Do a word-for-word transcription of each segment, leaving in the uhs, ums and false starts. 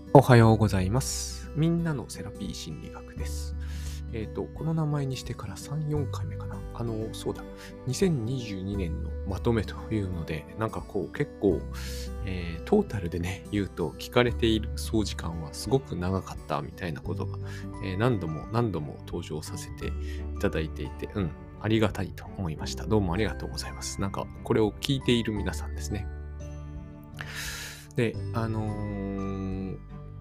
おはようございます。みんなのセラピー心理学です。えっと、この名前にしてからさん、よんかいめかな。あの、そうだ。にせんにじゅうにねんのまとめというので、なんかこう結構、えートータルでね、言うと聞かれている総時間はすごく長かったみたいなことが、えー何度も何度も登場させていただいていて、うん、ありがたいと思いました。どうもありがとうございます。なんかこれを聞いている皆さんですね。で、あのー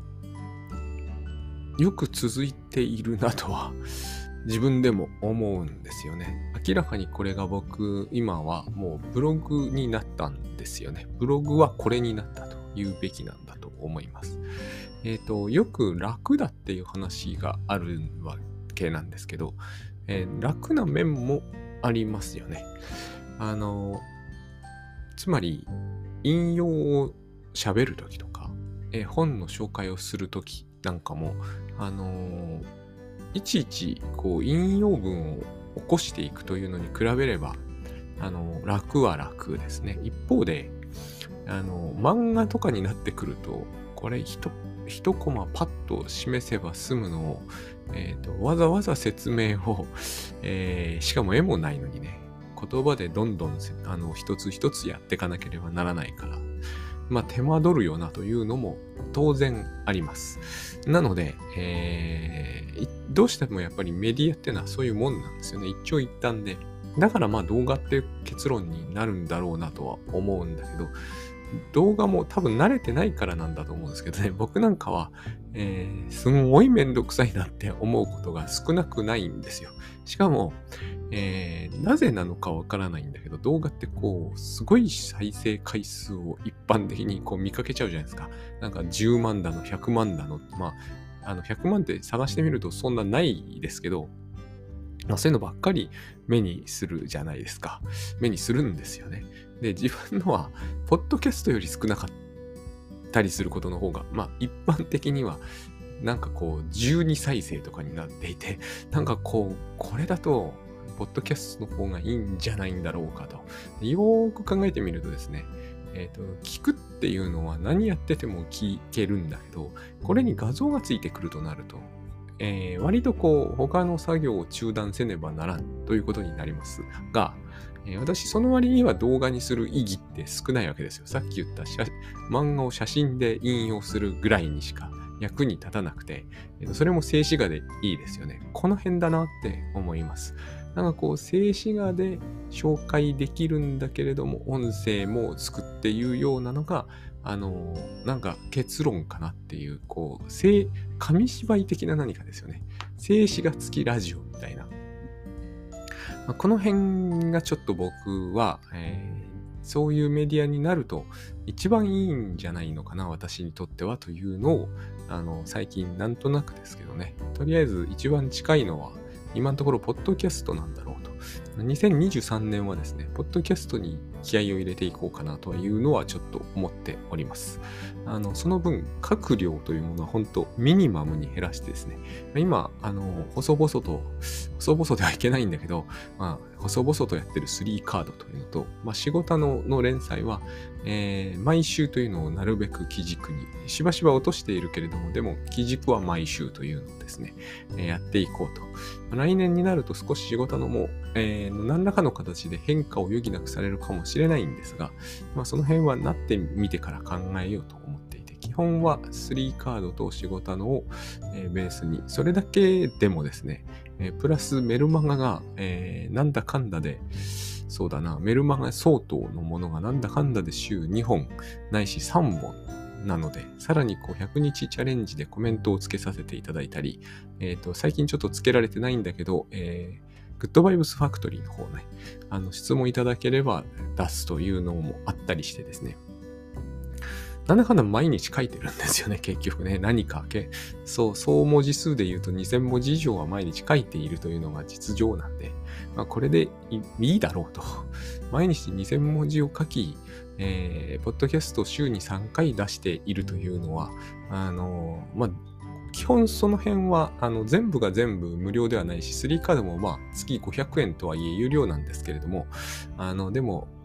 よく続いているなとは自分でも思うんですよね。明らかにこれが僕、今はもうブログになったんですよね。ブログはこれになったと言うべきなんだと思います。えっと、よく楽だっていう話があるわけなんですけど、えー楽な面もありますよね。あの、つまり、引用を喋るときとか、えー本の紹介をするときなんかも、あのーいちいちこう引用文を起こしていくというのに比べれば、あのー楽は楽ですね。一方で、あのー漫画とかになってくると、これ一一コマパッと示せば済むのを、えーと、わざわざ説明を、えーしかも絵もないのにね、言葉でどんどんせあの一つ一つやっていかなければならないから、まあ手間取るよなというのも当然あります。なので、えーいどうしてもやっぱりメディアっていうのはそういうもんなんですよね。一長一短で。だからまあ動画っていう結論になるんだろうなとは思うんだけど、動画も多分慣れてないからなんだと思うんですけどね、僕なんかは、えーすんごいめんどくさいなって思うことが少なくないんですよ。しかも、えーなぜなのかわからないんだけど、動画ってこう、すごい再生回数を一般的にこう見かけちゃうじゃないですか。なんかじゅうまんだの、ひゃくまんだの、まあ、あのひゃくまんって探してみるとそんなないですけど、まあ、そういうのばっかり目にするじゃないですか。目にするんですよね。で、自分のは、ポッドキャストより少なかったりすることの方が、まあ、一般的には、なんかこう、じゅうに再生とかになっていて、なんかこう、これだと、ポッドキャストの方がいいんじゃないんだろうかと。よーく考えてみるとですね、えっと、聞くっていうのは何やってても聞けるんだけど、これに画像がついてくるとなると、えー割とこう、他の作業を中断せねばならんということになりますが、えー私、その割には動画にする意義って少ないわけですよ。さっき言った写漫画を写真で引用するぐらいにしか役に立たなくて、えーとそれも静止画でいいですよね。この辺だなって思います。なんかこう、静止画で紹介できるんだけれども、音声も作っていうようなのが、あのーなんか結論かなっていう、こう、静紙芝居的な何かですよね。静止画付きラジオみたいな。まあ、この辺がちょっと僕は、えーそういうメディアになると一番いいんじゃないのかな、私にとってはというのを、あの、最近なんとなくですけどね、とりあえず一番近いのは、今のところポッドキャストなんだろうと。にせんにじゅうさんねんはですね、ポッドキャストに気合を入れていこうかなというのはちょっと思っております。あの、その分、各量というものは本当ミニマムに減らしてですね、今、あの、細々と、細々ではいけないんだけど、まあ、細々とやってるスリーカードというのと、まあ、仕事のの連載は、えー毎週というのをなるべく基軸に、しばしば落としているけれども、でも基軸は毎週というのをですね、えーやっていこうと。まあ来年になると少し仕事のも、えー何らかの形で変化を余儀なくされるかもしれないんですが、まあ、その辺はなってみてから考えようと思っていて、基本はスリーカードと仕事のを、えーベースに、それだけでもですね、えープラスメルマガが、えーなんだかんだで、そうだな、メルマガ相当のものがなんだかんだで週にほんないしさんぼんなので、さらにこうひゃくにちチャレンジでコメントをつけさせていただいたり、えっと、最近ちょっとつけられてないんだけど、えーグッドバイブスファクトリーの方ね、あの質問いただければ出すというのもあったりしてですね、なんだかんだ毎日書いてるんですよね、結局ね。何かけ、そう、総文字数で言うとにせんもじ以上は毎日書いているというのが実情なんで、まあ、これでいいいだろうと。毎日にせんもじを書き、えー、ポッドキャストを週にさんかい出しているというのは、あのーまあ、基本その辺はあの全部が全部無料ではないし、スリーカードもまあ月ごひゃくえんとはいえ有料なんですけれども、あのでも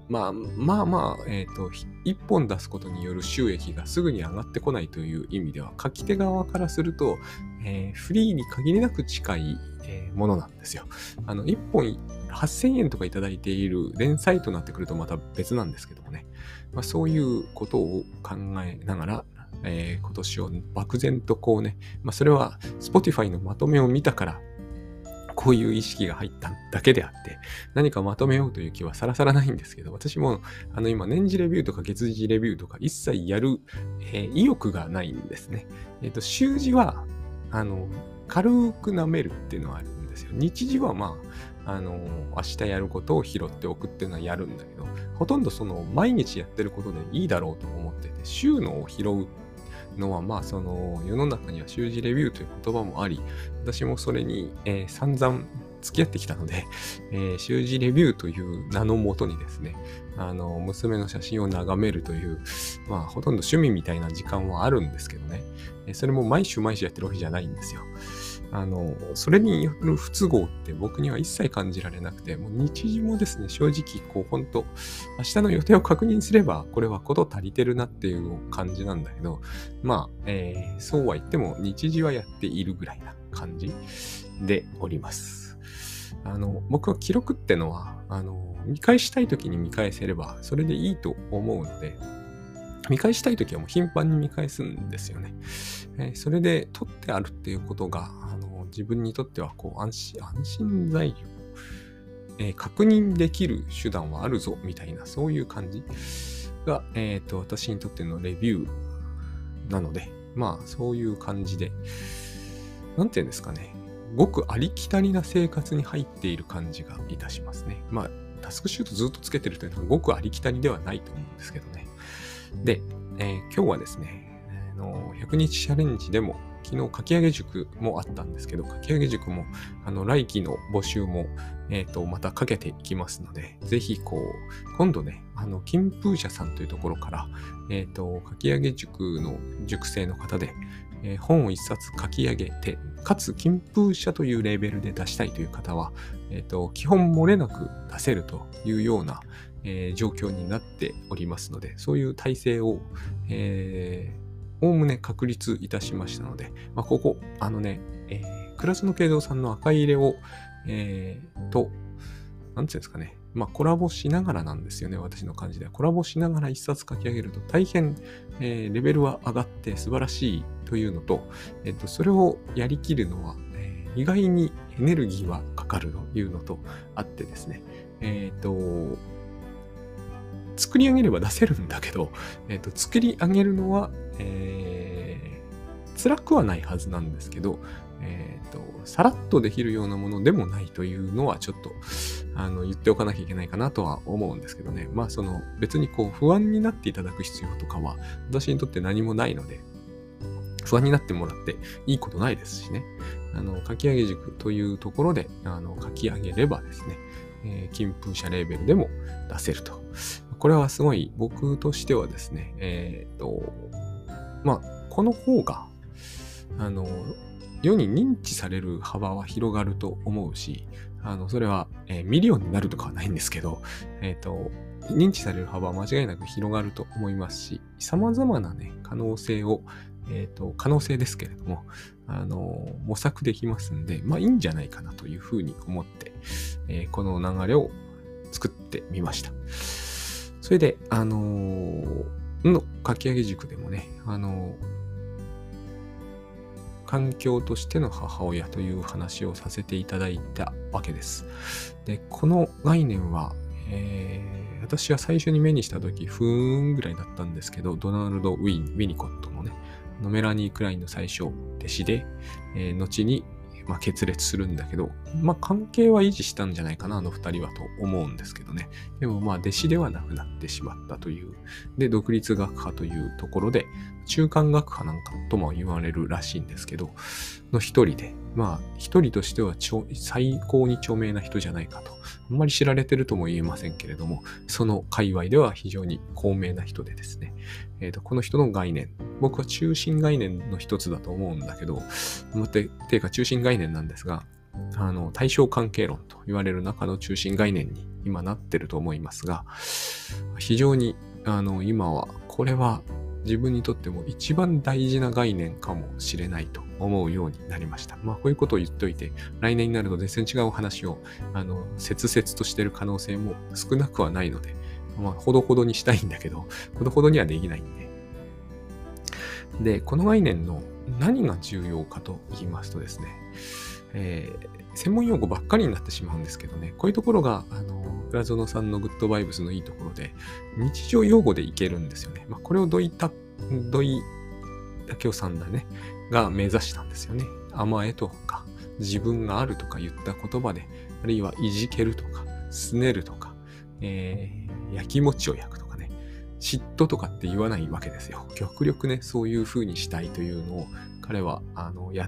まあまあまあ、えっと、一本出すことによる収益がすぐに上がってこないという意味では、書き手側からすると、えーフリーに限りなく近い、えーものなんですよ。あの、一本はっせんえんとかいただいている連載となってくるとまた別なんですけどもね。まあ、そういうことを考えながら、えー今年を漠然とこうね、まあ、それは Spotify のまとめを見たから、こういう意識が入っただけであって、何かまとめようという気はさらさらないんですけど、私もあの今年次レビューとか月次レビューとか一切やる、えー意欲がないんですね。えっ、と、週次は、あの、軽く舐めるっていうのはあるんですよ。日時はまあ、あの、明日やることを拾っておくっていうのはやるんだけど、ほとんどその毎日やってることでいいだろうと思ってて、週のを拾うのは、まあ、その世の中には習字レビューという言葉もあり、私もそれに、えー散々付き合ってきたので、えー習字レビューという名のもとにですね、あの、娘の写真を眺めるという、まあ、ほとんど趣味みたいな時間はあるんですけどね、えーそれも毎週毎週やってるわけじゃないんですよ。あの、それによる不都合って僕には一切感じられなくて、もう日時もですね、正直、こう、本当明日の予定を確認すれば、これはこと足りてるなっていう感じなんだけど、まあ、えーそうは言っても日時はやっているぐらいな感じでおります。あの、僕は記録ってのは、あの、見返したい時に見返せれば、それでいいと思うので、見返したい時はもう頻繁に見返すんですよね。えーそれで取ってあるっていうことが、あの、自分にとってはこう安心、安心材料、えー確認できる手段はあるぞ、みたいな、そういう感じが、えっと、私にとってのレビューなので、まあ、そういう感じで、なんていうんですかね、ごくありきたりな生活に入っている感じがいたしますね。まあ、タスクシュートずっとつけてるというのはごくありきたりではないと思うんですけどね。で、えー今日はですね、あのひゃくにちチャレンジでも、昨日書き上げ塾もあったんですけど、書き上げ塾も、あの、来期の募集も、えっと、またかけていきますので、ぜひ、こう、今度ね、あの、金風社さんというところから、えっと、書き上げ塾の塾生の方で、えー本を一冊書き上げて、かつ金風社というレーベルで出したいという方は、えっと、基本漏れなく出せるというような、えー状況になっておりますので、そういう体制を、えーおおむね確立いたしましたので、まあ、ここ、あのね、えー、クラスの慶三さんの赤入れを、えー、と、なんていうんですかね、まあ、コラボしながらなんですよね、私の感じでは。コラボしながら一冊書き上げると大変、えーレベルは上がって素晴らしいというのと、えっと、それをやりきるのは、えー意外にエネルギーはかかるというのとあってですね、えっと、作り上げれば出せるんだけど、えっと、作り上げるのは、えー辛くはないはずなんですけど、えっと、さらっとできるようなものでもないというのはちょっと、あの、言っておかなきゃいけないかなとは思うんですけどね。まあ、その、別にこう、不安になっていただく必要とかは、私にとって何もないので、不安になってもらっていいことないですしね。あの、書き上げ塾というところで、あの、書き上げればですね、えー金風社レーベルでも出せると。これはすごい僕としてはですね、えーっと、まあ、この方が、あの、世に認知される幅は広がると思うし、あの、それは、えーミリオンになるとかはないんですけど、えーっと、認知される幅は間違いなく広がると思いますし、様々なね、可能性を、えーっと、可能性ですけれども、あの、模索できますんで、まあいいんじゃないかなというふうに思って、えーこの流れを作ってみました。それで、あのーの書き上げ塾でもね、あのー環境としての母親という話をさせていただいたわけです。で、この概念は、えー私は最初に目にしたとき、ふーんぐらいだったんですけど、ドナルド・ウィン、ウィニコットのね、あのメラニー・クラインの最初、弟子で、えー後に、まあ、決裂するんだけど、まあ、関係は維持したんじゃないかな、あの二人はと思うんですけどね。でも、まあ、弟子ではなくなってしまったという。で、独立学派というところで、中間学派なんかとも言われるらしいんですけど、の一人で、まあ、一人としてはちょ最高に著名な人じゃないかと。あんまり知られてるとも言えませんけれども、その界隈では非常に高名な人でですね、えーと、この人の概念、僕は中心概念の一つだと思うんだけど、て、ていうか中心概念なんですが、 あの対象関係論と言われる中の中心概念に今なってると思いますが、非常にあの今はこれは自分にとっても一番大事な概念かもしれないと思うようになりました。まあこういうことを言っといて、来年になると全然違う話をあの切々としている可能性も少なくはないので、まあほどほどにしたいんだけど、ほどほどにはできないんで。で、この概念の何が重要かと言いますとですね、えー、専門用語ばっかりになってしまうんですけどね、こういうところが、あの、倉園さんのグッドバイブスのいいところで、日常用語でいけるんですよね。まあ、これを土井た、土井武雄さんだね、が目指したんですよね。甘えとか、自分があるとか言った言葉で、あるいはいじけるとか、すねるとか、えー、焼き餅を焼くとかね、嫉妬とかって言わないわけですよ。極力ね、そういう風にしたいというのを、彼は、あの、やった、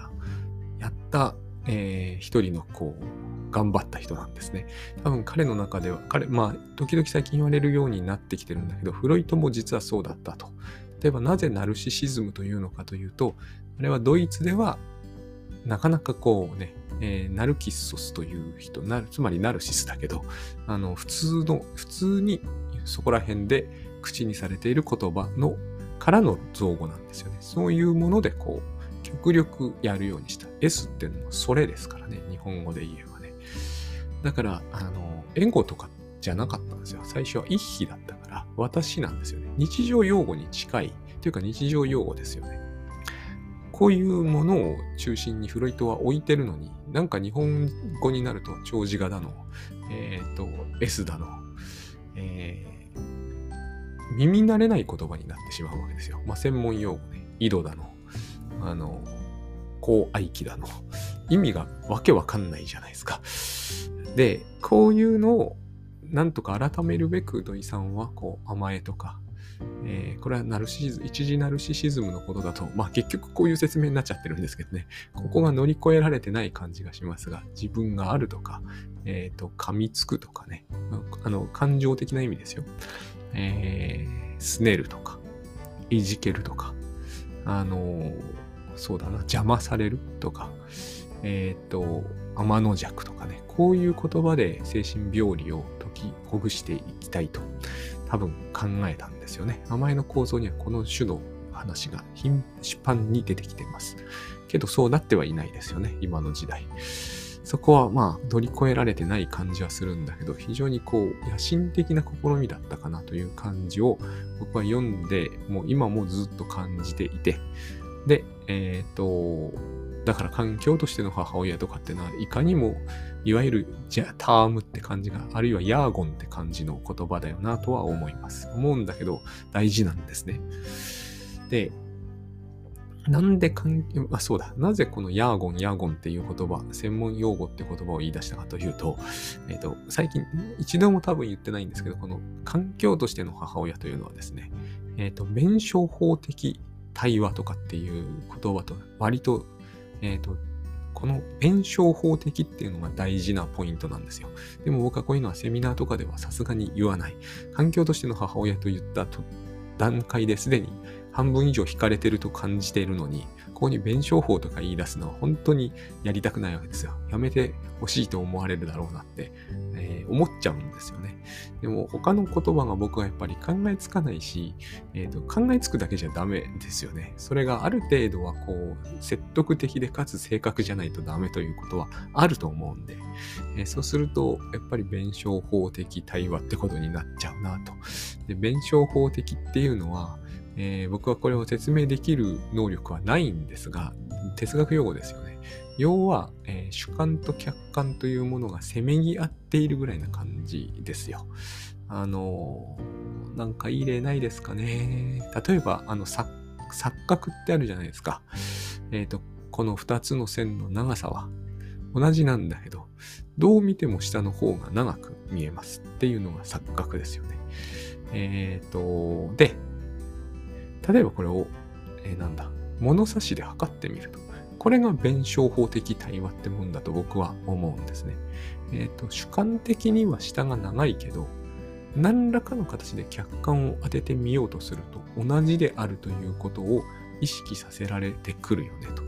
やった、えー、一人のこう、頑張った人なんですね。多分彼の中では、彼、まあ、時々最近言われるようになってきてるんだけど、フロイトも実はそうだったと。例えば、なぜナルシシズムというのかというと、あれはドイツでは、なかなかこうね、えー、ナルキッソスという人、なつまりナルシスだけど、あの、普通の、普通にそこら辺で口にされている言葉の、からの造語なんですよね。そういうものでこう、極力やるようにした。S っていうのはそれですからね。日本語で言えばね。だから、あの、エゴとかじゃなかったんですよ。最初は一比だったから、私なんですよね。日常用語に近い。というか日常用語ですよね。こういうものを中心にフロイトは置いてるのに、なんか日本語になると長字画だの、えっと、S だの、えー、耳慣れない言葉になってしまうわけですよ。まあ、専門用語ね。井戸だの。あの、高愛機だの。意味がわけわかんないじゃないですか。で、こういうのをなんとか改めるべく土井さんは、こう、甘えとか、えー、これはナルシシズム、一時ナルシシズムのことだと、まあ結局こういう説明になっちゃってるんですけどね、ここが乗り越えられてない感じがしますが、自分があるとか、えっと、噛みつくとかね、あの、感情的な意味ですよ。えー、すねるとか、いじけるとか、あのー、そうだな、邪魔されるとか、えっと、天の弱とかね、こういう言葉で精神病理を解きほぐしていきたいと多分考えたんですよね。甘えの構造にはこの種の話が頻繁に出てきています。けどそうなってはいないですよね、今の時代。そこはまあ乗り越えられてない感じはするんだけど、非常にこう野心的な試みだったかなという感じを僕は読んで、もう今もずっと感じていて、で、えっと、だから環境としての母親とかってのは、いかにも、いわゆるじゃタームって感じが、あるいはヤーゴンって感じの言葉だよなとは思います。思うんだけど、大事なんですね。で、なんで環境、あ、そうだ。なぜこのヤーゴン、ヤーゴンっていう言葉、専門用語って言葉を言い出したかというと、えっと、最近、一度も多分言ってないんですけど、この環境としての母親というのはですね、えっと、弁証法的対話とかっていう言葉と割と、えっと、この弁証法的っていうのが大事なポイントなんですよ。でも僕はこういうのはセミナーとかではさすがに言わない。環境としての母親と言ったと段階ですでに半分以上惹かれてると感じているのに、ここに弁証法とか言い出すのは本当にやりたくないわけですよ。やめてほしいと思われるだろうなって、えー、思っちゃうんですよね。でも他の言葉が僕はやっぱり考えつかないし、えーと、考えつくだけじゃダメですよね。それがある程度はこう説得的でかつ正確じゃないとダメということはあると思うんで、えー、そうするとやっぱり弁証法的対話ってことになっちゃうなと。で、弁証法的っていうのは、えー、僕はこれを説明できる能力はないんですが、哲学用語ですよね。要は、えー、主観と客観というものがせめぎ合っているぐらいな感じですよ。あのー、なんかいい例ないですかね。例えば、あの、錯覚ってあるじゃないですか。えっと、このふたつの線の長さは同じなんだけど、どう見ても下の方が長く見えますっていうのが錯覚ですよね。えっと、で、例えばこれを、えー、なんだ、物差しで測ってみると。これが弁証法的対話ってもんだと僕は思うんですね。えっと、主観的には下が長いけど、何らかの形で客観を当ててみようとすると、同じであるということを意識させられてくるよねと。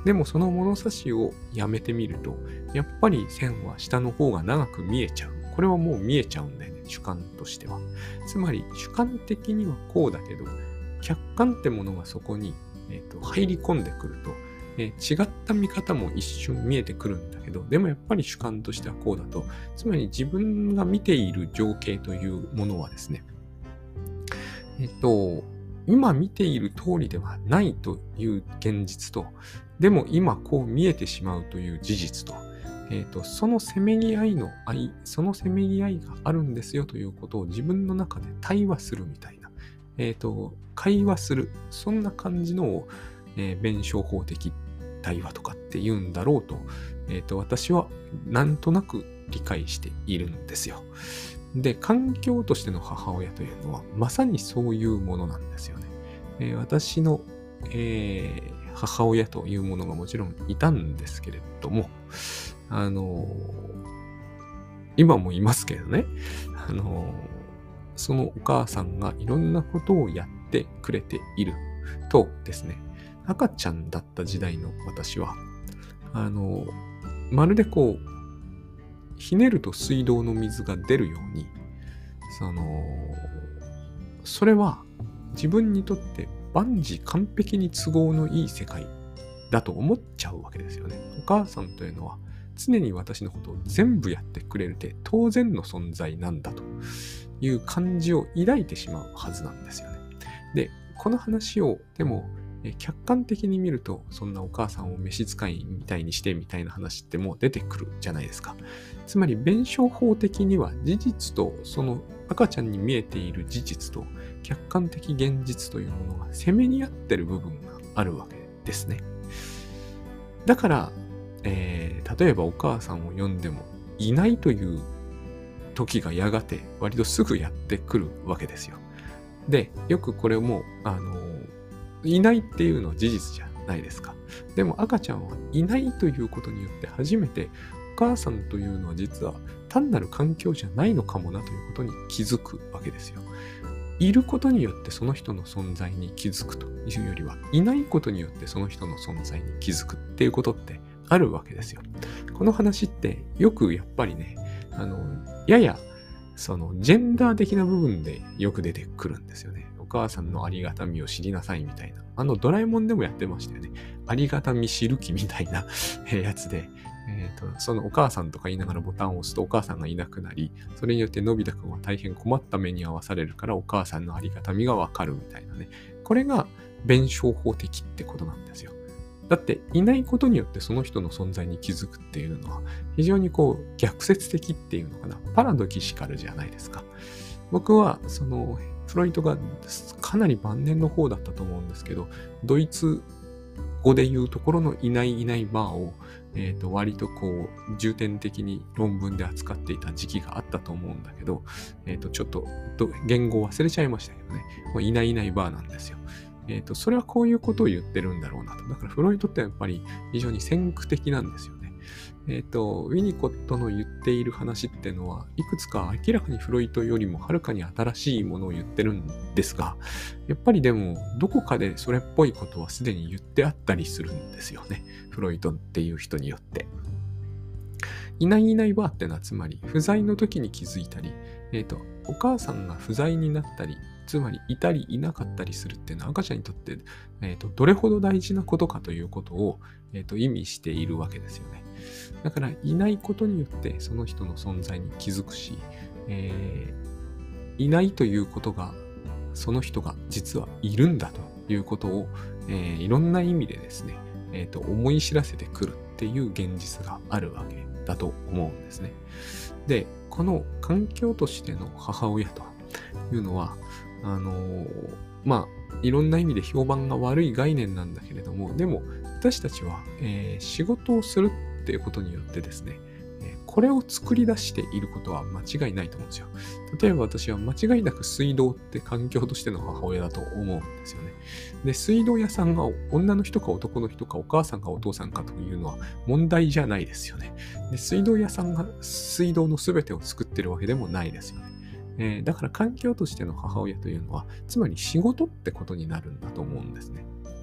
でもその物差しをやめてみると、やっぱり線は下の方が長く見えちゃう。これはもう見えちゃうんだよね、主観としては。つまり主観的にはこうだけど、客観ってものがそこに、えーと、入り込んでくると、えー、違った見方も一瞬見えてくるんだけど、でもやっぱり主観としてはこうだと、つまり自分が見ている情景というものはですね、えっと、今見ている通りではないという現実と、でも今こう見えてしまうという事実と、えっと、そのせめぎ合いの愛、そのせめぎ合いがあるんですよということを自分の中で対話するみたいな、えっと、会話する、そんな感じのを、えー、弁証法的対話とかって言うんだろうと、えっと、私はなんとなく理解しているんですよ。で、環境としての母親というのは、まさにそういうものなんですよね。えー、私の、えー、母親というものがもちろんいたんですけれども、あのー、今もいますけどね、あのー、そのお母さんがいろんなことをやってくれているとですね、赤ちゃんだった時代の私は、あのー、まるでこう、ひねると水道の水が出るように、その、それは自分にとって万事完璧に都合のいい世界だと思っちゃうわけですよね。お母さんというのは常に私のことを全部やってくれるって当然の存在なんだという感じを抱いてしまうはずなんですよね。で、この話をでも客観的に見ると、そんなお母さんを召使いみたいにしてみたいな話ってもう出てくるじゃないですか。つまり弁証法的には事実とその赤ちゃんに見えている事実と客観的現実というものがせめぎ合ってる部分があるわけですね。だから、えー、例えばお母さんを呼んでもいないという時がやがて割とすぐやってくるわけですよ。で、よくこれも、あのいないっていうのは事実じゃないですか。でも赤ちゃんはいないということによって初めてお母さんというのは実は単なる環境じゃないのかもなということに気づくわけですよ。いることによってその人の存在に気づくというよりは、いないことによってその人の存在に気づくっていうことってあるわけですよ。この話ってよくやっぱりね、あの、ややそのジェンダー的な部分でよく出てくるんですよね。お母さんのありがたみを知りなさいみたいな。あのドラえもんでもやってましたよね。ありがたみ知る気みたいなやつで、えーと、そのお母さんとか言いながらボタンを押すとお母さんがいなくなり、それによってのび太くんは大変困った目に遭わされるからお母さんのありがたみがわかるみたいなね。これが弁証法的ってことなんですよ。だっていないことによってその人の存在に気づくっていうのは非常にこう逆説的っていうのかな。パラドキシカルじゃないですか。僕はそのフロイトがかなり晩年の方だったと思うんですけど、ドイツ語で言うところのいないいないバーを、えーと、割とこう重点的に論文で扱っていた時期があったと思うんだけど、えーと、ちょっと言語忘れちゃいましたけどね、もういないいないバーなんですよ。えーと、それはこういうことを言ってるんだろうなと。だからフロイトってやっぱり非常に先駆的なんですよね。えっと、ウィニコットの言っている話っていうのは、いくつか明らかにフロイトよりもはるかに新しいものを言ってるんですが、やっぱりでも、どこかでそれっぽいことはすでに言ってあったりするんですよね。フロイトっていう人によって。いないいないバーってのは、つまり、不在の時に気づいたり、えっと、お母さんが不在になったり、つまりいたりいなかったりするっていうのは赤ちゃんにとって、えーと、どれほど大事なことかということを、えーと、意味しているわけですよね。だからいないことによってその人の存在に気づくし、えー、いないということがその人が実はいるんだということを、えー、いろんな意味でですね、えーと、思い知らせてくるっていう現実があるわけだと思うんですね。で、この環境としての母親というのはあのー、まあいろんな意味で評判が悪い概念なんだけれども、でも私たちは、えー、仕事をするっていうことによってですね、えー、これを作り出していることは間違いないと思うんですよ。例えば私は間違いなく水道って環境としての母親だと思うんですよね。で、水道屋さんが女の人か男の人かお母さんかお父さんかというのは問題じゃないですよね。で、水道屋さんが水道の全てを作ってるわけでもないですよね。えー、だから環境としての母親というのは、つまり仕事ってことになるんだと思うんですね。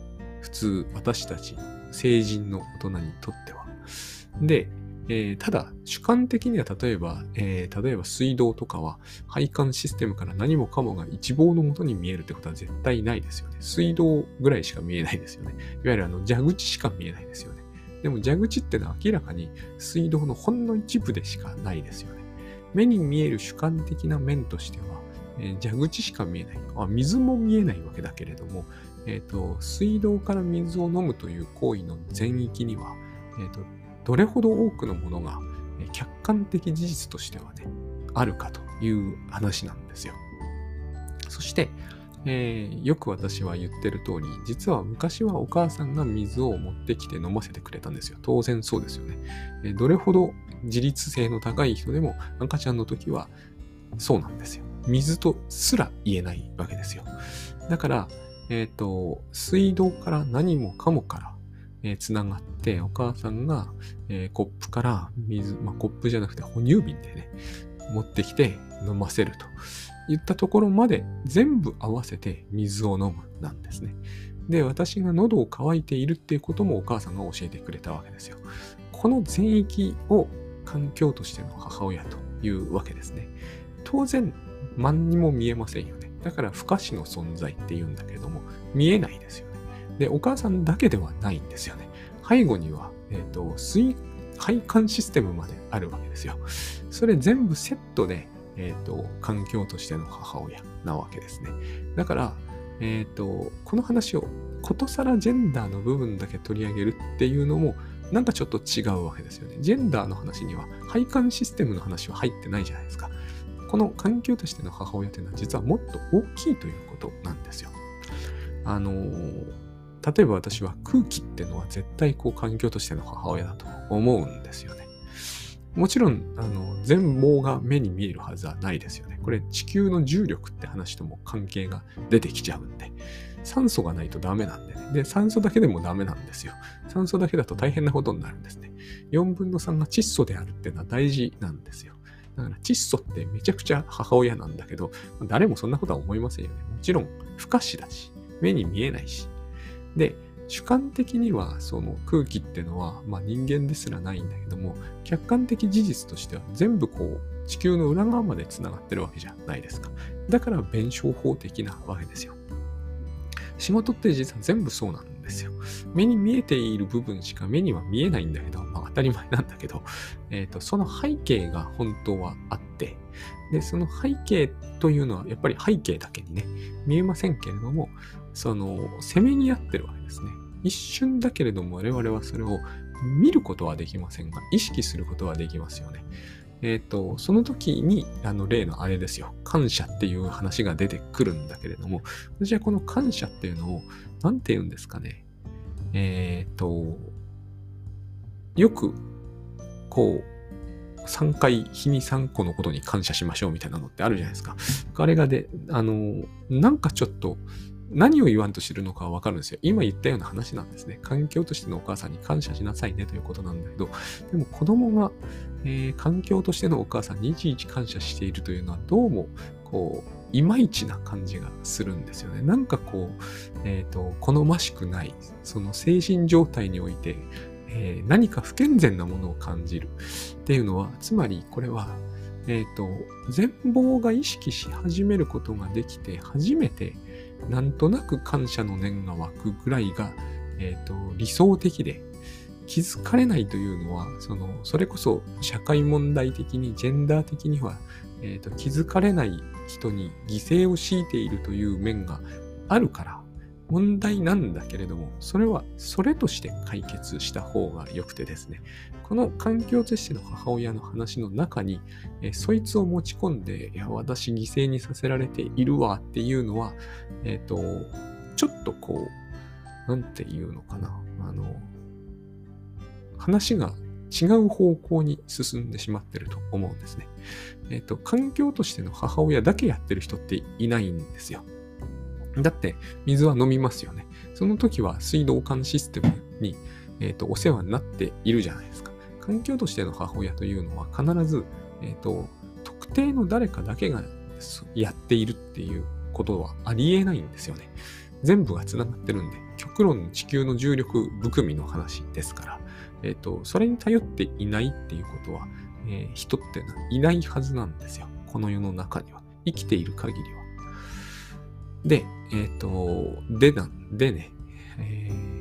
普通、私たち、成人の大人にとっては。で、えー、ただ、主観的には例えば、えー、例えば水道とかは配管システムから何もかもが一望のもとに見えるってことは絶対ないですよね。水道ぐらいしか見えないですよね。いわゆるあの蛇口しか見えないですよね。でも蛇口ってのは明らかに水道のほんの一部でしかないですよね。目に見える主観的な面としては、えー、蛇口しか見えない。あ、水も見えないわけだけれども、えーと、水道から水を飲むという行為の全域には、えーとどれほど多くのものが客観的事実としてはね、あるかという話なんですよ。そして、えー、よく私は言ってる通り、実は昔はお母さんが水を持ってきて飲ませてくれたんですよ。当然そうですよね。えー、どれほど自立性の高い人でも赤ちゃんの時はそうなんですよ。水とすら言えないわけですよ。だから、えっと、水道から何もかもからえー、つながって、お母さんが、えー、コップから水、まあ、コップじゃなくて哺乳瓶でね、持ってきて飲ませるといったところまで全部合わせて水を飲むなんですね。で、私が喉を渇いているっていうこともお母さんが教えてくれたわけですよ。この全域を環境としての母親というわけですね。当然、何にも見えませんよね。だから不可視の存在って言うんだけれども、見えないですよね。で、お母さんだけではないんですよね。背後には、えっと、水、配管システムまであるわけですよ。それ全部セットで、えっと、環境としての母親なわけですね。だから、えっと、この話を、ことさらジェンダーの部分だけ取り上げるっていうのも、なんかちょっと違うわけですよね。ジェンダーの話には、配管システムの話は入ってないじゃないですか。この環境としての母親というのは、実はもっと大きいということなんですよ。あのー、例えば私は空気ってのは絶対こう環境としての母親だと思うんですよね。もちろん、あの、全貌が目に見えるはずはないですよね。これ地球の重力って話とも関係が出てきちゃうんで、酸素がないとダメなんでね。で、酸素だけでもダメなんですよ。酸素だけだと大変なことになるんですね。よんぶんのさんが窒素であるっていうのは大事なんですよ。だから窒素ってめちゃくちゃ母親なんだけど、誰もそんなことは思いませんよね。もちろん不可視だし、目に見えないし。で、主観的にはその空気っていうのは、まあ、人間ですらないんだけども、客観的事実としては全部こう地球の裏側までつながってるわけじゃないですか。だから弁証法的なわけですよ。仕事って実は全部そうなんですよ。目に見えている部分しか目には見えないんだけど、まあ、当たり前なんだけど、えーと、その背景が本当はあって、で、その背景というのはやっぱり背景だけにね、見えませんけれども、その、せめぎ合ってるわけですね。一瞬だけれども我々はそれを見ることはできませんが、意識することはできますよね。えっと、その時に、あの、例のあれですよ。感謝っていう話が出てくるんだけれども、私はこの感謝っていうのを、なんて言うんですかね。えっと、よく、こう、さんかい、日にさんこのことに感謝しましょうみたいなのってあるじゃないですか。あれがで、あの、なんかちょっと、何を言わんとしてるのかはわかるんですよ。今言ったような話なんですね。環境としてのお母さんに感謝しなさいねということなんだけど、でも子供が、えー、環境としてのお母さんにいちいち感謝しているというのはどうも、こう、いまいちな感じがするんですよね。なんかこう、えっと、好ましくない、その精神状態において、えー、何か不健全なものを感じるっていうのは、つまりこれは、えっと、全貌が意識し始めることができて、初めて、なんとなく感謝の念が湧くぐらいが、えっと、理想的で、気づかれないというのは、その、それこそ社会問題的に、ジェンダー的には、えっと、気づかれない人に犠牲を強いているという面があるから、問題なんだけれども、それはそれとして解決した方が良くてですね、この環境としての母親の話の中に、えそいつを持ち込んで、いや、私犠牲にさせられているわっていうのは、えっと、ちょっとこう、なんていうのかな、あの、話が違う方向に進んでしまってると思うんですね。えっと、環境としての母親だけやってる人っていないんですよ。だって、水は飲みますよね。その時は水道管システムに、えーと、お世話になっているじゃないですか。環境としての母親というのは必ず、えーと、特定の誰かだけがやっているっていうことはありえないんですよね。 全部がつながってるんで、極論地球の重力含みの話ですから、えっと、それに頼っていないっていうことは、えー人ってのはいないはずなんですよ。この世の中には。生きている限りは。で、えっと、でなん、でね、えー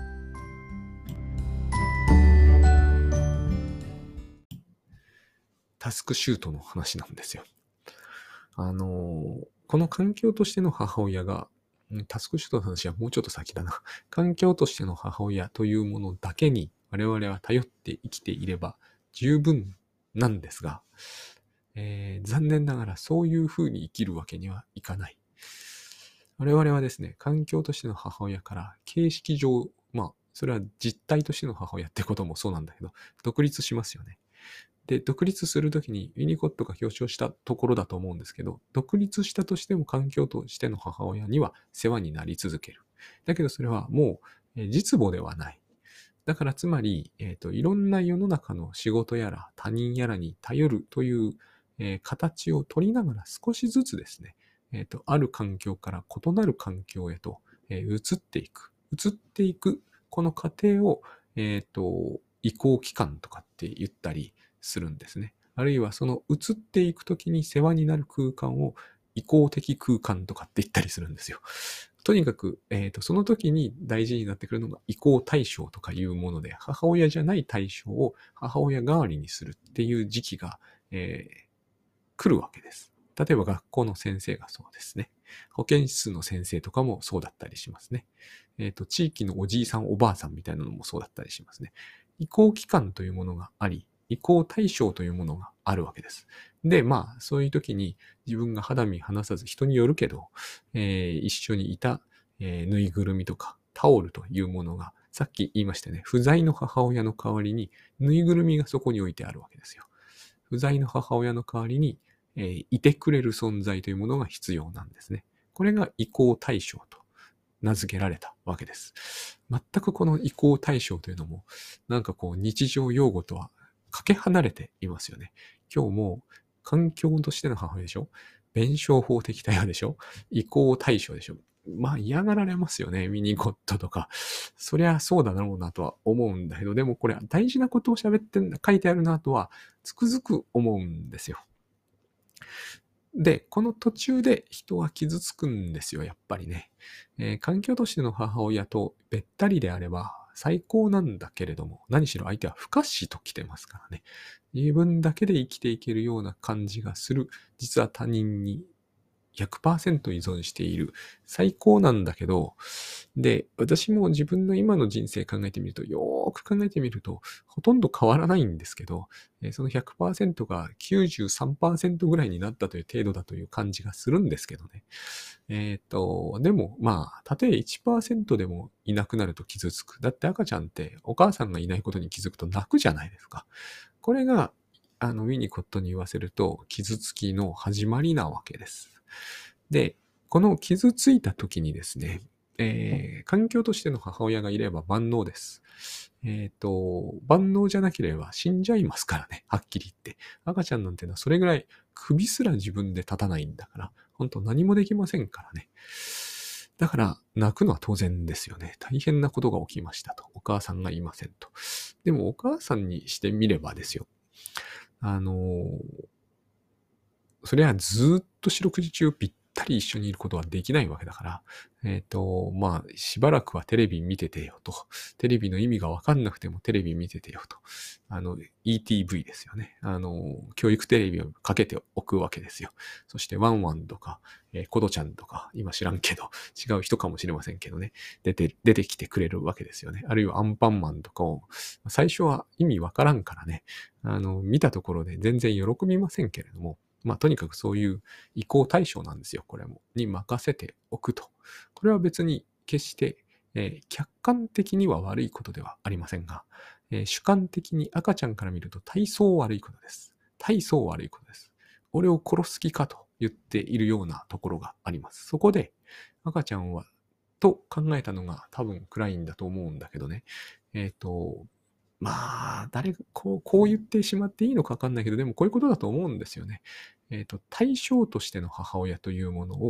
タスクシュートの話なんですよ。あのーこの環境としての母親が、うんタスクシュートの話はもうちょっと先だな。環境としての母親というものだけに我々は頼って生きていれば十分なんですが、えー残念ながらそういう風に生きるわけにはいかない。我々はですね、環境としての母親から形式上、まあ、それは実体としての母親ってこともそうなんだけど、独立しますよね。で、独立するときにウィニコットが表彰したところだと思うんですけど、独立したとしても環境としての母親には世話になり続ける。だけどそれはもうえー実母ではない。だからつまり、えっと、いろんな世の中の仕事やら他人やらに頼るという、えー形を取りながら少しずつですね、えっと、ある環境から異なる環境へと、えー移っていく。移っていく、この過程を、えっと、移行期間とかって言ったりするんですね。あるいはその移っていくときに世話になる空間を移行的空間とかって言ったりするんですよ。とにかく、えっと、その時に大事になってくるのが移行対象とかいうもので、母親じゃない対象を母親代わりにするっていう時期が、えー来るわけです。例えば学校の先生がそうですね。保健室の先生とかもそうだったりしますね。えっと、地域のおじいさんおばあさんみたいなのもそうだったりしますね。移行期間というものがあり、移行対象というものがあるわけです。で、まあ、そういう時に自分が肌身離さず人によるけど、えー一緒にいた、えーぬいぐるみとかタオルというものが、さっき言いましたね、不在の母親の代わりに、ぬいぐるみがそこに置いてあるわけですよ。不在の母親の代わりに、えーいてくれる存在というものが必要なんですね。これが移行対象と名付けられたわけです。全くこの移行対象というのも、なんかこう日常用語とはかけ離れていますよね。今日も環境としての母親でしょ、弁証法的対話でしょ、移行対象でしょ。まあ嫌がられますよね。ミニコットとか。そりゃそうだろうなとは思うんだけど、でもこれ大事なことを喋ってんだ、書いてあるなとはつくづく思うんですよ。で、この途中で人は傷つくんですよ、やっぱりね。えー環境としての母親とべったりであれば最高なんだけれども、何しろ相手は不可視と来てますからね。自分だけで生きていけるような感じがする。実は他人にひゃくパーセント依存している。最高なんだけど、で、私も自分の今の人生考えてみると、よーく考えてみると、ほとんど変わらないんですけど、えーそのひゃくパーセントがきゅうじゅうさんパーセントぐらいになったという程度だという感じがするんですけどね。えっと、でも、まあ、たとえいちパーセントでもいなくなると傷つく。だって赤ちゃんってお母さんがいないことに気づくと泣くじゃないですか。これが、あの、ウィニコットに言わせると、傷つきの始まりなわけです。で、この傷ついた時にですね、えー環境としての母親がいれば万能です。えっと、万能じゃなければ死んじゃいますからね、はっきり言って。赤ちゃんなんてのはそれぐらい首すら自分で立たないんだから、本当何もできませんからね。だから、泣くのは当然ですよね。大変なことが起きましたと。お母さんがいませんと。でも、お母さんにしてみればですよ。あのーそれはずっと四六時中ぴったり一緒にいることはできないわけだから、えっと、まあ、しばらくはテレビ見ててよと。テレビの意味がわかんなくてもテレビ見ててよと。あの、イーティーブイ ですよね。あの、教育テレビをかけておくわけですよ。そしてワンワンとか、えーコドちゃんとか、今知らんけど、違う人かもしれませんけどね。出て、出てきてくれるわけですよね。あるいはアンパンマンとかを、最初は意味わからんからね。あの、見たところで全然喜びませんけれども、まあ、とにかくそういう移行対象なんですよ、これも。に任せておくと。これは別に決して、えー客観的には悪いことではありませんが、えー主観的に赤ちゃんから見ると大層悪いことです。大層悪いことです。俺を殺す気かと言っているようなところがあります。そこで赤ちゃんは、と考えたのが多分暗いんだと思うんだけどね。えっ、と、まあ、誰が、こう、こう言ってしまっていいのかわかんないけど、でもこういうことだと思うんですよね。えっ、と、対象としての母親というものを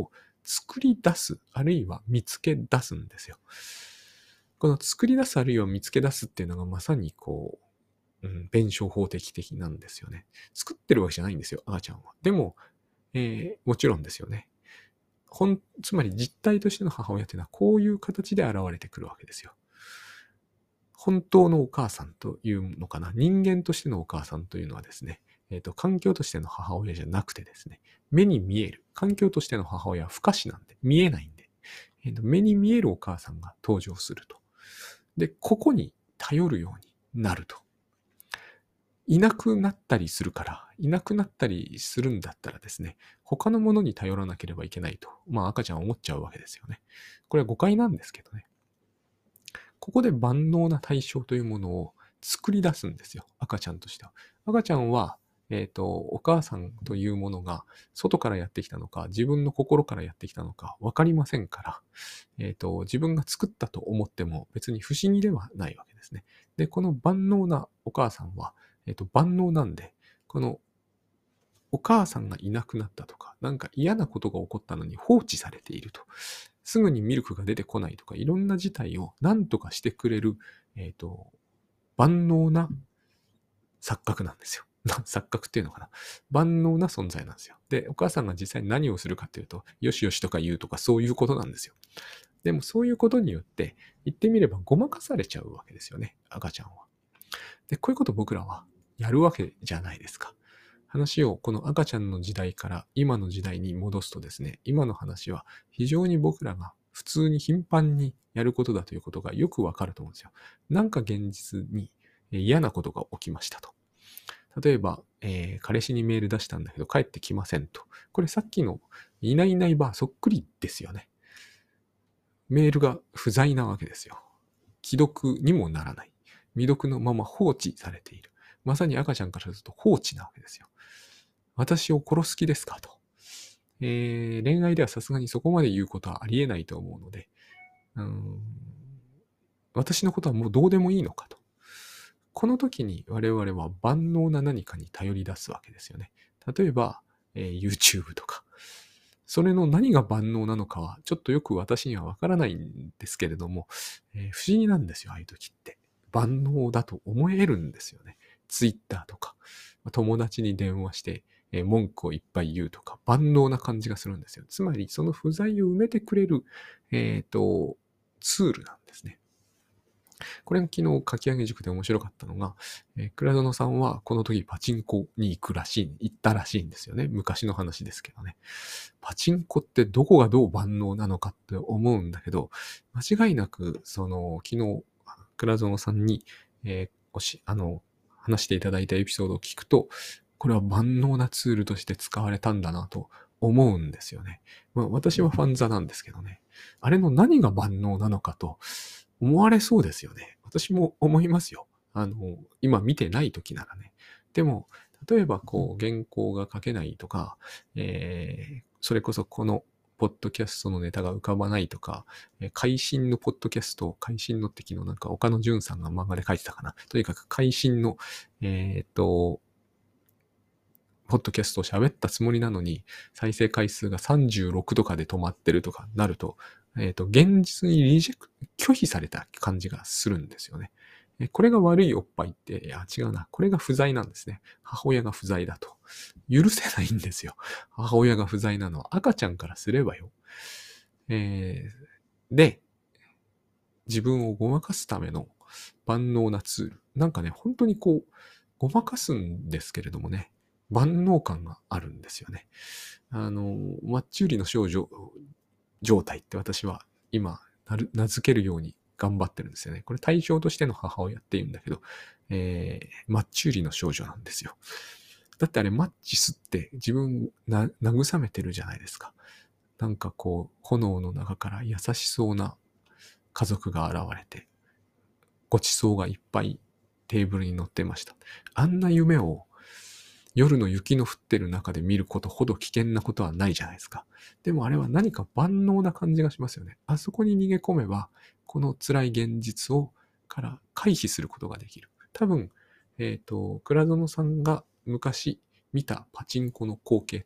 作り出す、あるいは見つけ出すんですよ。この作り出すあるいは見つけ出すっていうのがまさにこう、うん、弁証法的的なんですよね。作ってるわけじゃないんですよ、赤ちゃんは。でも、えー、もちろんですよね。ほん、つまり実体としての母親っていうのはこういう形で現れてくるわけですよ。本当のお母さんというのかな。人間としてのお母さんというのはですね、えっと、環境としての母親じゃなくてですね、目に見える。環境としての母親は不可視なんで、見えないんで、えっと、目に見えるお母さんが登場すると。で、ここに頼るようになると。いなくなったりするから、いなくなったりするんだったらですね、他のものに頼らなければいけないと、まあ赤ちゃんは思っちゃうわけですよね。これは誤解なんですけどね。ここで万能な対象というものを作り出すんですよ。赤ちゃんとしては。赤ちゃんは、えっと、お母さんというものが外からやってきたのか、自分の心からやってきたのか分かりませんから、えっと、自分が作ったと思っても別に不思議ではないわけですね。で、この万能なお母さんは、えっと、万能なんで、このお母さんがいなくなったとか、なんか嫌なことが起こったのに放置されていると。すぐにミルクが出てこないとか、いろんな事態を何とかしてくれる、えっと、万能な錯覚なんですよ。錯覚っていうのかな。万能な存在なんですよ。で、お母さんが実際に何をするかっていうと、よしよしとか言うとかそういうことなんですよ。でもそういうことによって、言ってみればごまかされちゃうわけですよね、赤ちゃんは。で、こういうこと僕らはやるわけじゃないですか。話をこの赤ちゃんの時代から今の時代に戻すとですね、今の話は非常に僕らが普通に頻繁にやることだということがよくわかると思うんですよ。なんか現実に嫌なことが起きましたと。例えば、えー彼氏にメール出したんだけど帰ってきませんと。これさっきのいないいないばそっくりですよね。メールが不在なわけですよ。既読にもならない。未読のまま放置されている。まさに赤ちゃんからすると放置なわけですよ。私を殺す気ですかと。えー恋愛ではさすがにそこまで言うことはありえないと思うので、うーん私のことはもうどうでもいいのかと。この時に我々は万能な何かに頼り出すわけですよね。例えば、えー YouTube とか。それの何が万能なのかは、ちょっとよく私にはわからないんですけれども、えー不思議なんですよ、ああいう時って。万能だと思えるんですよね。Twitter とか、友達に電話して、えー文句をいっぱい言うとか、万能な感じがするんですよ。つまり、その不在を埋めてくれる、えっと、ツールなんですね。これが昨日書き上げ塾で面白かったのが、えー、倉園さんはこの時パチンコに行くらしい、行ったらしいんですよね。昔の話ですけどね。パチンコってどこがどう万能なのかって思うんだけど、間違いなく、その、昨日、倉園さんに、えーおし、あの、話していただいたエピソードを聞くと、これは万能なツールとして使われたんだなと思うんですよね。まあ、私はファンザなんですけどね。あれの何が万能なのかと思われそうですよね。私も思いますよ。あの、今見てない時ならね。でも、例えばこう、原稿が書けないとか、えー、それこそこの、ポッドキャストのネタが浮かばないとか、えー会心のポッドキャスト、会心のって昨日なんか岡野淳さんが漫画で書いてたかな。とにかく会心の、えーっと、ポッドキャストを喋ったつもりなのに、再生回数がさんじゅうろくとかで止まってるとかなると、えっと、現実にリジェク拒否された感じがするんですよね。えこれが悪いおっぱいって、いや、違うな。これが不在なんですね。母親が不在だと。許せないんですよ。母親が不在なのは赤ちゃんからすればよ。えーで、自分をごまかすための万能なツール。なんかね、本当にこう、ごまかすんですけれどもね、万能感があるんですよね。あの、マッチ売りの少女状態って私は今名付けるように頑張ってるんですよね。これ対象としての母親って言うんだけど、えー、マッチ売りの少女なんですよ。だってあれマッチ吸って自分な慰めてるじゃないですか。なんかこう、炎の中から優しそうな家族が現れて、ごちそうがいっぱいテーブルに乗ってました。あんな夢を夜の雪の降ってる中で見ることほど危険なことはないじゃないですか。でもあれは何か万能な感じがしますよね。あそこに逃げ込めば、この辛い現実をから回避することができる。多分、えっと、倉園さんが昔見たパチンコの光景と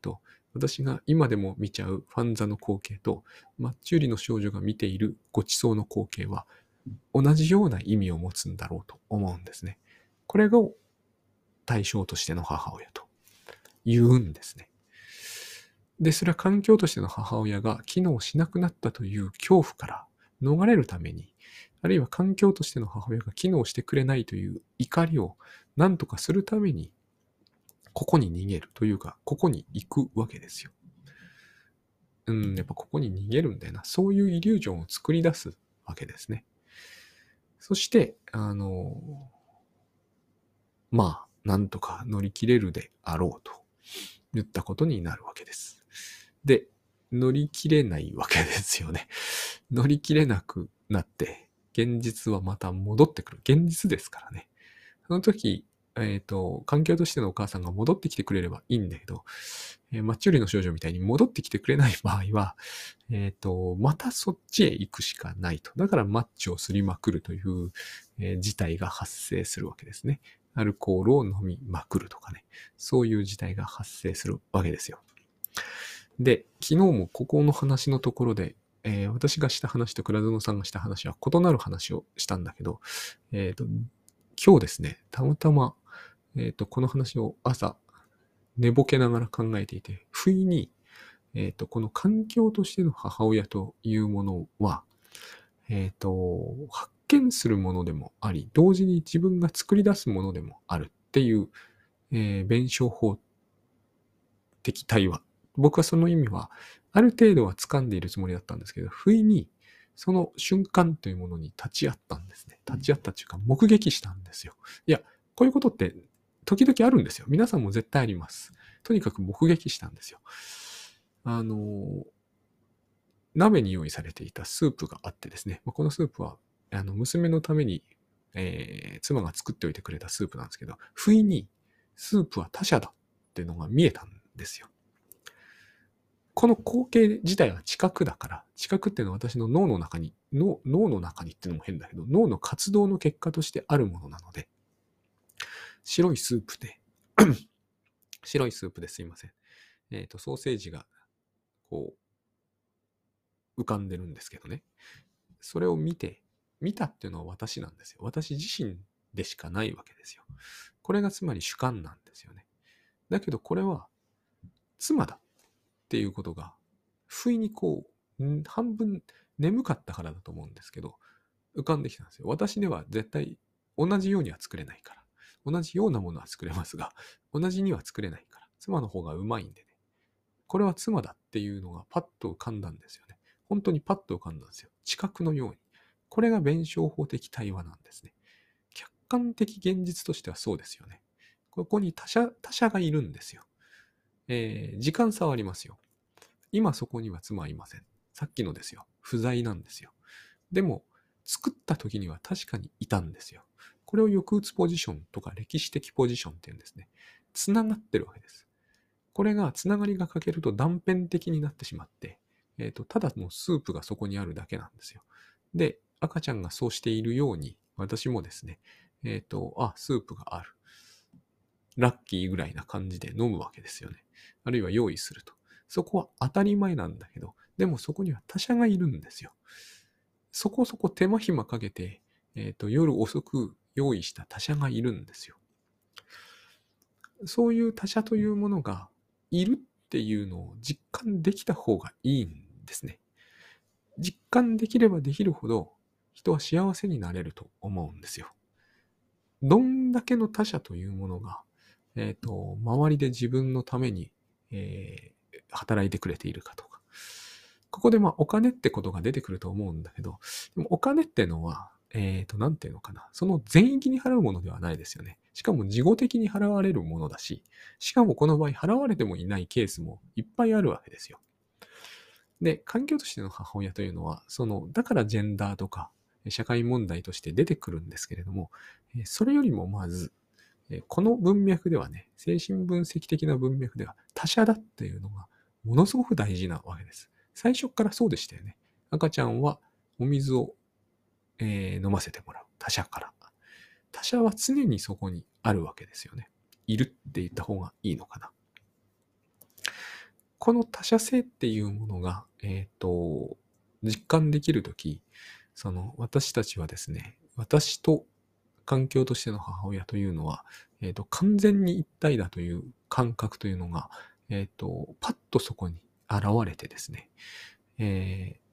私が今でも見ちゃうファンザの光景と、マッチ売りの少女が見ているごちそうの光景は、同じような意味を持つんだろうと思うんですね。これが対象としての母親と言うんですね。で、それは環境としての母親が機能しなくなったという恐怖から逃れるために、あるいは環境としての母親が機能してくれないという怒りを何とかするために、ここに逃げるというか、ここに行くわけですよ。うん、やっぱここに逃げるんだよな。そういうイリュージョンを作り出すわけですね。そして、あの、まあ、なんとか乗り切れるであろうと言ったことになるわけです。で、乗り切れないわけですよね。乗り切れなくなって、現実はまた戻ってくる。現実ですからね。その時、えっと、環境としてのお母さんが戻ってきてくれればいいんだけど、えーマッチ売りの少女みたいに戻ってきてくれない場合は、えっと、またそっちへ行くしかないと。だからマッチをすりまくるという、えー事態が発生するわけですね。アルコールを飲みまくるとかね。そういう事態が発生するわけですよ。で、昨日もここの話のところで、えー私がした話と倉園さんがした話は異なる話をしたんだけど、えっと、今日ですね、たまたま、えっと、この話を朝、寝ぼけながら考えていて、不意に、えっと、この環境としての母親というものは、えっと、発見するものでもあり、同時に自分が作り出すものでもあるっていう、えー弁証法的対話。僕はその意味は、ある程度は掴んでいるつもりだったんですけど、不意に、その瞬間というものに立ち会ったんですね。立ち会ったというか、目撃したんですよ。いや、こういうことって時々あるんですよ。皆さんも絶対あります。とにかく目撃したんですよ。あの、鍋に用意されていたスープがあってですね、このスープは、あの、娘のために、えー妻が作っておいてくれたスープなんですけど、不意にスープは他社だっていうのが見えたんですよ。この光景自体は知覚だから、知覚っていうのは私の脳の中に、脳脳の中にっていうのも変だけど、脳の活動の結果としてあるものなので、白いスープで、白いスープですいません。えっと、ソーセージが、こう、浮かんでるんですけどね。それを見て、見たっていうのは私なんですよ。私自身でしかないわけですよ。これがつまり主観なんですよね。だけどこれは妻だっていうことが、不意にこう、ん半分眠かったからだと思うんですけど、浮かんできたんですよ。私では絶対同じようには作れないから。同じようなものは作れますが、同じには作れないから。妻の方がうまいんでね。これは妻だっていうのがパッと浮かんだんですよね。本当にパッと浮かんだんですよ。知覚のように。これが弁証法的対話なんですね。客観的現実としてはそうですよね。ここに他者、他者がいるんですよ。えー時間差はありますよ。今そこには妻はいません。さっきのですよ。不在なんですよ。でも、作った時には確かにいたんですよ。これを抑うつポジションとか歴史的ポジションって言うんですね。つながってるわけです。これがつながりが欠けると断片的になってしまって、えっと、ただのスープがそこにあるだけなんですよ。で、赤ちゃんがそうしているように、私もですね、えっと、あ、スープがある。ラッキーぐらいな感じで飲むわけですよね。あるいは用意すると。そこは当たり前なんだけど、でもそこには他者がいるんですよ。そこそこ手間暇かけて、えっと、夜遅く用意した他者がいるんですよ。そういう他者というものがいるっていうのを実感できた方がいいんですね。実感できればできるほど人は幸せになれると思うんですよ。どんだけの他者というものが、えっと、周りで自分のために、えー働いてくれているかとか。ここでまあお金ってことが出てくると思うんだけど、でもお金ってのは、えっと、なんていうのかな。その全域に払うものではないですよね。しかも事後的に払われるものだし、しかもこの場合払われてもいないケースもいっぱいあるわけですよ。で、環境としての母親というのは、その、だからジェンダーとか社会問題として出てくるんですけれども、えそれよりもまず、えこの文脈ではね、精神分析的な文脈では他者だっていうのがものすごく大事なわけです。最初からそうでしたよね。赤ちゃんはお水を、えー飲ませてもらう。他者から。他者は常にそこにあるわけですよね。いるって言った方がいいのかな。 この他者性っていうものが、えっと、実感できるとき、その私たちはですね、私と環境としての母親というのは、えっと、完全に一体だという感覚というのが、えっと、パッとそこに現れてですね、えー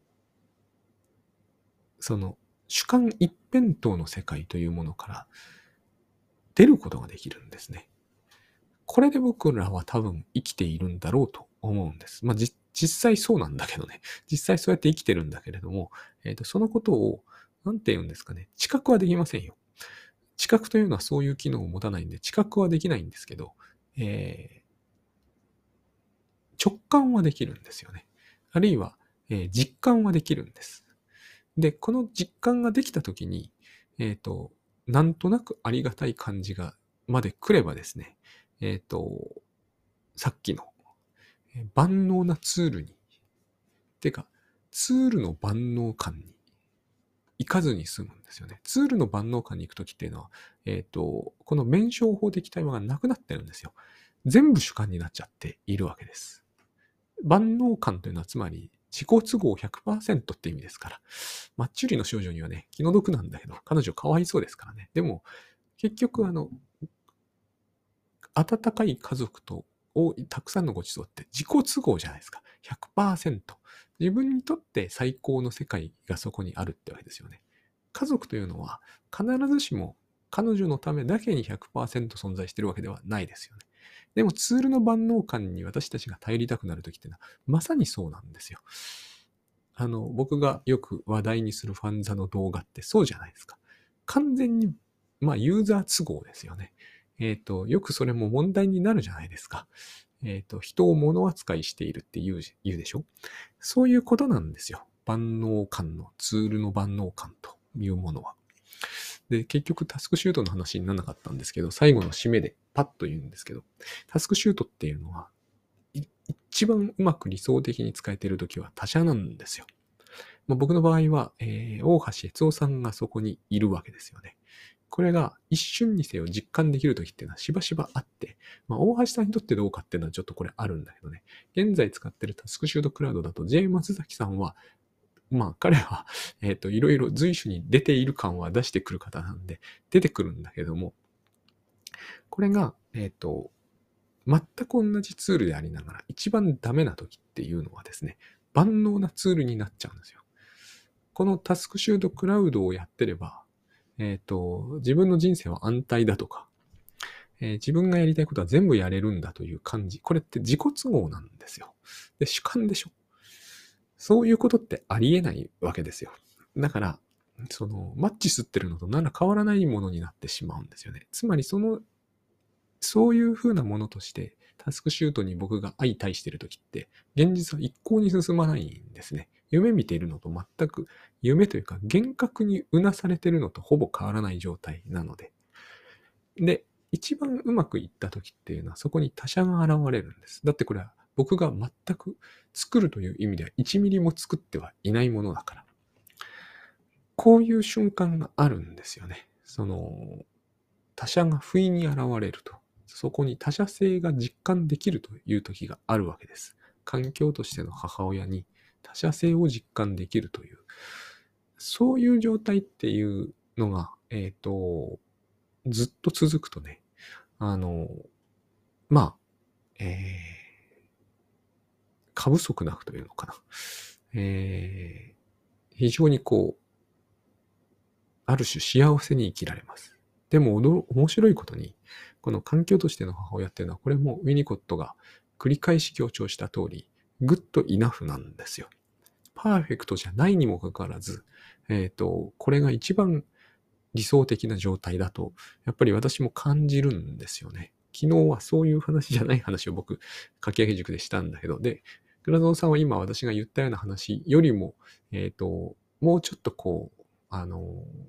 その主観一辺倒の世界というものから出ることができるんですね。これで僕らは多分生きているんだろうと思うんです。まあ、じ実際そうなんだけどね。実際そうやって生きてるんだけれども、えっと、そのことを、なんて言うんですかね。知覚はできませんよ。知覚というのはそういう機能を持たないんで、知覚はできないんですけど、えー直感はできるんですよね。あるいは、えー実感はできるんです。で、この実感ができたときに、えっと、なんとなくありがたい感じが、まで来ればですね、えっと、さっきのえー万能なツールに、てか、ツールの万能感に行かずに済むんですよね。ツールの万能感に行くときっていうのは、えっと、この弁証法的対話がなくなってるんですよ。全部主観になっちゃっているわけです。万能感というのはつまり自己都合ひゃくパーセントって意味ですから。マッチュリの少女にはね、気の毒なんだけど、彼女かわいそうですからね。でも、結局あの、温かい家族とをたくさんのごちそうって自己都合じゃないですか。ひゃくパーセント。自分にとって最高の世界がそこにあるってわけですよね。家族というのは必ずしも彼女のためだけにひゃくパーセント存在しているわけではないですよね。でもツールの万能感に私たちが頼りたくなるときってのはまさにそうなんですよ。あの、僕がよく話題にするファンザの動画ってそうじゃないですか。完全に、まあ、ユーザー都合ですよね。えっと、よくそれも問題になるじゃないですか。えっと、人を物扱いしているって言う、言うでしょ。そういうことなんですよ。万能感の、ツールの万能感というものは。で、結局タスクシュートの話にならなかったんですけど、最後の締めでパッと言うんですけど、タスクシュートっていうのは、一番うまく理想的に使えているときは他者なんですよ。まあ、僕の場合は、えー、大橋悦夫さんがそこにいるわけですよね。これが一瞬にせよ実感できるときっていうのはしばしばあって、まあ、大橋さんにとってどうかっていうのはちょっとこれあるんだけどね。現在使ってるタスクシュートクラウドだと J 松崎さんは、まあ彼は、えっと、いろいろ随所に出ている感は出してくる方なんで、出てくるんだけども、これが、えっと、全く同じツールでありながら、一番ダメな時っていうのはですね、万能なツールになっちゃうんですよ。このタスクシュートクラウドをやってれば、えっと、自分の人生は安泰だとか、えー自分がやりたいことは全部やれるんだという感じ。これって自己都合なんですよ。で、主観でしょ。そういうことってありえないわけですよ。だから、その、マッチ吸ってるのと何ら変わらないものになってしまうんですよね。つまり、その、そういう風なものとして、タスクシュートに僕が相対しているときって、現実は一向に進まないんですね。夢見ているのと全く、夢というか、幻覚にうなされているのとほぼ変わらない状態なので。で、一番うまくいったときっていうのは、そこに他者が現れるんです。だってこれは僕が全く作るという意味ではいちミリも作ってはいないものだから。こういう瞬間があるんですよね。その、他者が不意に現れると。そこに他者性が実感できるという時があるわけです。環境としての母親に他者性を実感できるという、そういう状態っていうのが、えっと、ずっと続くとね、あの、まあ、えー、過不足なくというのかな。えー、非常にこう、ある種幸せに生きられます。でも、面白いことに、この環境としての母親っていうのは、これもウィニコットが繰り返し強調した通り、グッドイナフなんですよ。パーフェクトじゃないにもかかわらず、えっと、これが一番理想的な状態だと、やっぱり私も感じるんですよね。昨日はそういう話じゃない話を僕、かき上げ塾でしたんだけど、で、倉園さんは今私が言ったような話よりも、えっと、もうちょっとこう、あの、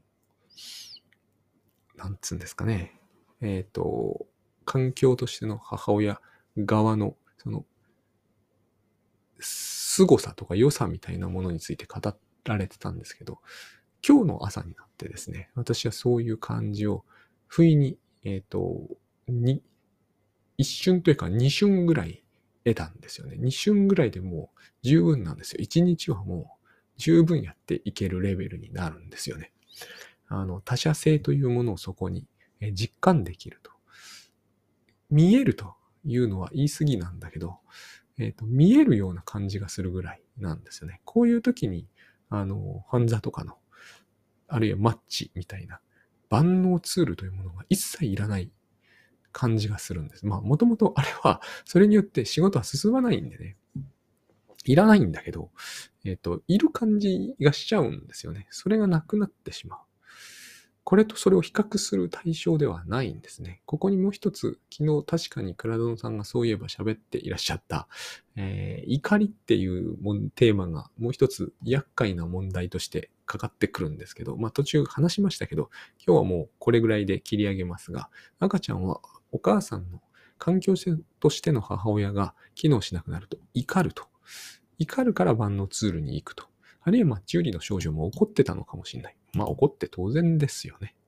なんつうんですかね。えっと、環境としての母親側の、その、凄さとか良さみたいなものについて語られてたんですけど、今日の朝になってですね、私はそういう感じを、不意に、えっと、に、一瞬というか二瞬ぐらい得たんですよね。に瞬ぐらいでもう十分なんですよ。いちにちはもう十分やっていけるレベルになるんですよね。あの、他者性というものをそこに実感できると。見えるというのは言い過ぎなんだけど、えっと、見えるような感じがするぐらいなんですよね。こういう時に、あの、ハンザとかの、あるいはマッチみたいな万能ツールというものが一切いらない感じがするんです。まあ、もともとあれは、それによって仕事は進まないんでね。いらないんだけど、えっと、いる感じがしちゃうんですよね。それがなくなってしまう。これとそれを比較する対象ではないんですね。ここにもう一つ、昨日確かに倉園さんがそういえば喋っていらっしゃった、えー怒りっていうもんテーマがもう一つ厄介な問題としてかかってくるんですけど、まあ途中話しましたけど、今日はもうこれぐらいで切り上げますが、赤ちゃんはお母さんの環境としての母親が機能しなくなると怒ると。怒るから万能ツールに行くと。あるいはマッチ売りの少女も怒ってたのかもしれない。まあ怒って当然ですよね。